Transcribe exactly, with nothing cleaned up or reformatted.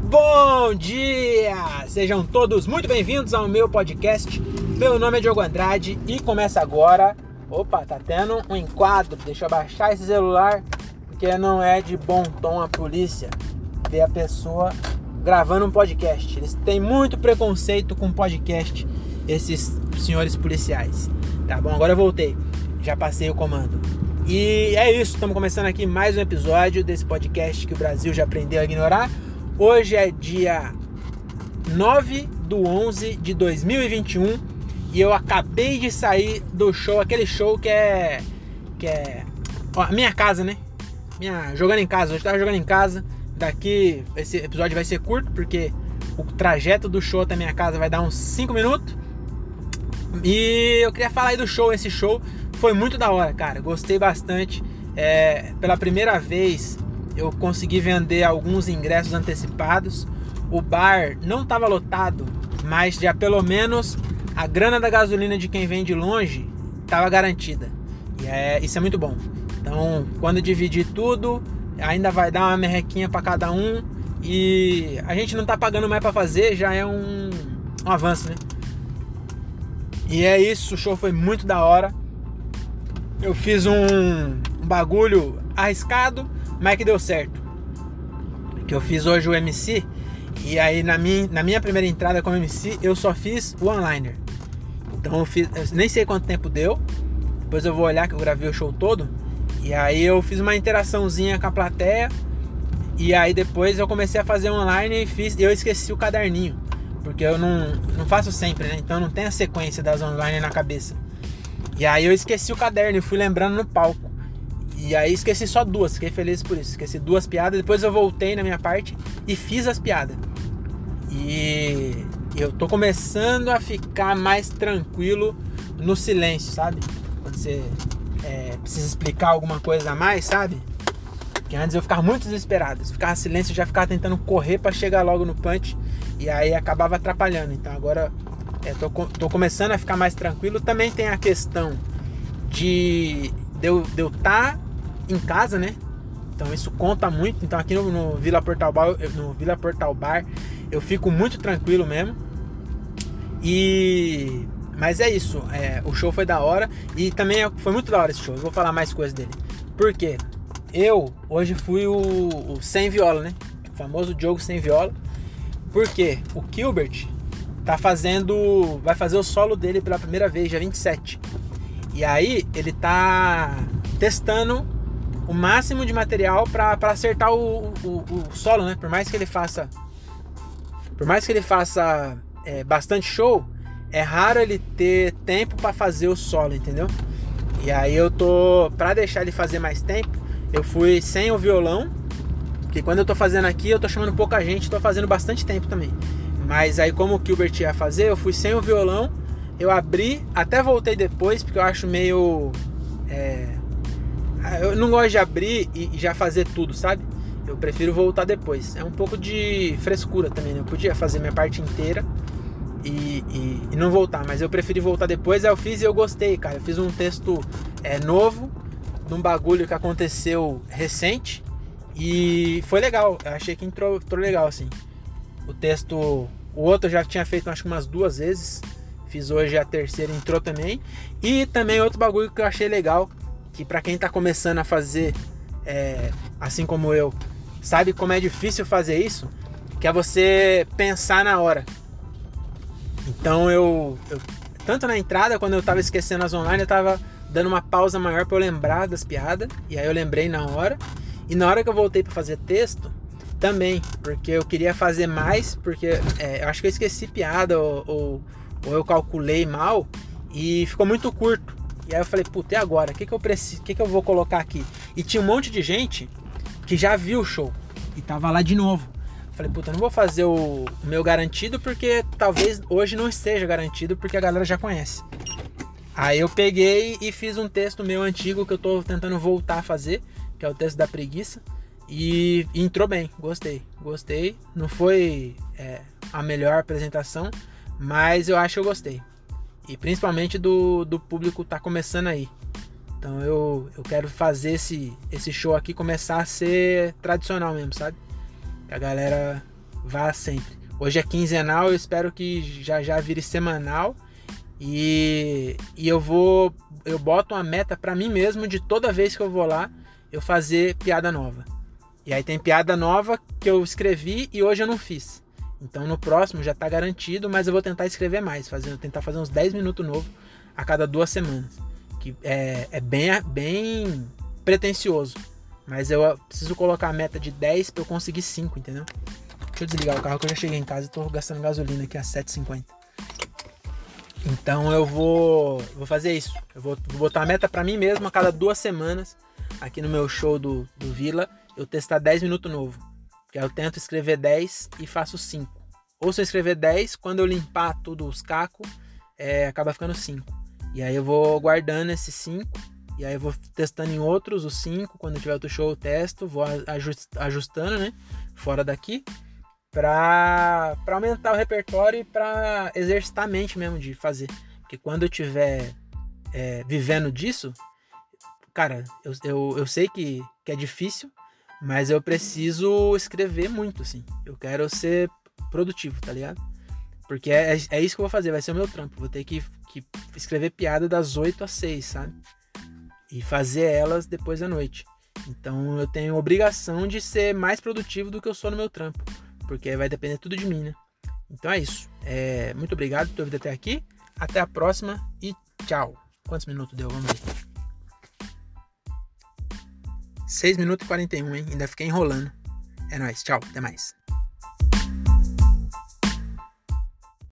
Bom dia! Sejam todos muito bem-vindos ao meu podcast. Meu nome é Diogo Andrade e começa agora... Opa, tá tendo um enquadro. Deixa eu abaixar esse celular, porque não é de bom tom a polícia ver a pessoa gravando um podcast. Eles têm muito preconceito com podcast, esses senhores policiais. Tá bom, agora eu voltei. Já passei o comando. E é isso, estamos começando aqui mais um episódio desse podcast que o Brasil já aprendeu a ignorar. Hoje é dia nove do onze de dois mil e vinte e um e eu acabei de sair do show, aquele show que é... que é... Ó, minha casa, né? Minha, jogando em casa, hoje eu tava jogando em casa. Daqui, esse episódio vai ser curto, porque o trajeto do show até minha casa vai dar uns cinco minutos. E eu queria falar aí do show, esse show foi muito da hora, cara, gostei bastante. É, pela primeira vez eu consegui vender alguns ingressos antecipados. O bar não estava lotado, mas já pelo menos a grana da gasolina de quem vem de longe estava garantida. E é, isso é muito bom. Então, quando dividir tudo, ainda vai dar uma merrequinha para cada um. E a gente não tá pagando mais para fazer, já é um, um avanço, né? E é isso, o show foi muito da hora. Eu fiz um, um bagulho arriscado, mas que deu certo. Que eu fiz hoje o M C. E aí na minha, na minha primeira entrada como M C, eu só fiz o one-liner. Então eu fiz, eu nem sei quanto tempo deu. Depois eu vou olhar que eu gravei o show todo. E aí eu fiz uma interaçãozinha com a plateia. E aí depois eu comecei a fazer online e fiz, eu esqueci o caderninho. Porque eu não, não faço sempre, né? Então não tem a sequência das online na cabeça. E aí eu esqueci o caderno e fui lembrando no palco. E aí esqueci só duas, fiquei feliz por isso. Esqueci duas piadas, depois eu voltei na minha parte e fiz as piadas. E eu tô começando a ficar mais tranquilo no silêncio, sabe? Quando você é, precisa explicar alguma coisa a mais, sabe? Porque antes eu ficava muito desesperado. Se ficava silêncio, eu já ficava tentando correr pra chegar logo no punch. E aí acabava atrapalhando. Então agora é, tô, tô começando a ficar mais tranquilo. Também tem a questão de de eu estar tá em casa, né? Então isso conta muito. Então aqui no, no Vila Portal Bar, no Vila Portal Bar, eu fico muito tranquilo mesmo. E mas é isso. É, o show foi da hora e também foi muito da hora esse show. Eu vou falar mais coisas dele. Por quê? Eu hoje fui o, o sem viola, né? O famoso Diogo sem viola. Porque o Gilbert tá fazendo, vai fazer o solo dele pela primeira vez, dia vinte e sete. E aí ele tá testando o máximo de material para acertar o, o, o solo, né? Por mais que ele faça, por mais que ele faça é, bastante show, é raro ele ter tempo para fazer o solo, entendeu? E aí eu tô, para deixar ele fazer mais tempo, eu fui sem o violão. Porque quando eu tô fazendo aqui, eu tô chamando pouca gente, tô fazendo bastante tempo também. Mas aí como o Gilbert ia fazer, eu fui sem o violão, eu abri, até voltei depois, porque eu acho meio... É, eu não gosto de abrir e já fazer tudo, sabe? Eu prefiro voltar depois. É um pouco de frescura também, né? Eu podia fazer minha parte inteira e, e, e não voltar, mas eu preferi voltar depois. Aí eu fiz e eu gostei, cara. Eu fiz um texto é, novo, num bagulho que aconteceu recente. E foi legal, eu achei que entrou, entrou legal assim. O texto, o outro eu já tinha feito acho que umas duas vezes. Fiz hoje a terceira, entrou também. E também outro bagulho que eu achei legal, que pra quem tá começando a fazer, é, assim como eu, sabe como é difícil fazer isso? Que é você pensar na hora. Então eu, eu tanto na entrada, quando eu tava esquecendo as online, eu tava dando uma pausa maior pra eu lembrar das piadas. E aí eu lembrei na hora. E na hora que eu voltei para fazer texto, também, porque eu queria fazer mais, porque é, eu acho que eu esqueci piada ou, ou, ou eu calculei mal e ficou muito curto. E aí eu falei, puta, e agora? O que, que eu preciso? O que, que eu vou colocar aqui? E tinha um monte de gente que já viu o show e tava lá de novo. Eu falei, puta, eu não vou fazer o, o meu garantido porque talvez hoje não esteja garantido porque a galera já conhece. Aí eu peguei e fiz um texto meu antigo que eu tô tentando voltar a fazer, que é o texto da preguiça, e, e entrou bem, gostei, gostei, não foi é, a melhor apresentação, mas eu acho que eu gostei, e principalmente do, do público tá começando aí, então eu, eu quero fazer esse, esse show aqui começar a ser tradicional mesmo, sabe, que a galera vá sempre. Hoje é quinzenal, eu espero que já já vire semanal. E, e eu vou, eu boto uma meta pra mim mesmo de toda vez que eu vou lá, eu fazer piada nova. E aí tem piada nova que eu escrevi e hoje eu não fiz. Então no próximo já tá garantido, mas eu vou tentar escrever mais, fazer, tentar fazer uns dez minutos novos a cada duas semanas. Que é, é bem, bem pretencioso. Mas eu preciso colocar a meta de dez pra eu conseguir cinco, entendeu? Deixa eu desligar o carro que eu já cheguei em casa e tô gastando gasolina aqui a sete e cinquenta. Então eu vou, vou fazer isso. Eu vou, vou botar a meta pra mim mesmo a cada duas semanas. Aqui no meu show do, do Vila, eu testar dez minutos novo. Que aí eu tento escrever dez e faço cinco. Ou se eu escrever dez, quando eu limpar tudo os cacos, é, acaba ficando cinco. E aí eu vou guardando esses cinco. E aí eu vou testando em outros os cinco. Quando tiver outro show eu testo. Vou ajustando, né? Fora daqui. Pra, pra aumentar o repertório e pra exercitar a mente mesmo de fazer. Porque quando eu tiver é, vivendo disso, cara, eu, eu, eu sei que, que é difícil, mas eu preciso escrever muito, assim. Eu quero ser produtivo, tá ligado? Porque é, é isso que eu vou fazer, vai ser o meu trampo. Vou ter que, que escrever piada das oito às seis, sabe? E fazer elas depois da noite. Então eu tenho obrigação de ser mais produtivo do que eu sou no meu trampo. Porque vai depender tudo de mim, né? Então é isso. É, muito obrigado por ter vindo até aqui. Até a próxima e tchau. Quantos minutos deu? Vamos ver. seis minutos e quarenta e um, hein? Ainda fiquei enrolando. É nóis. Tchau. Até mais.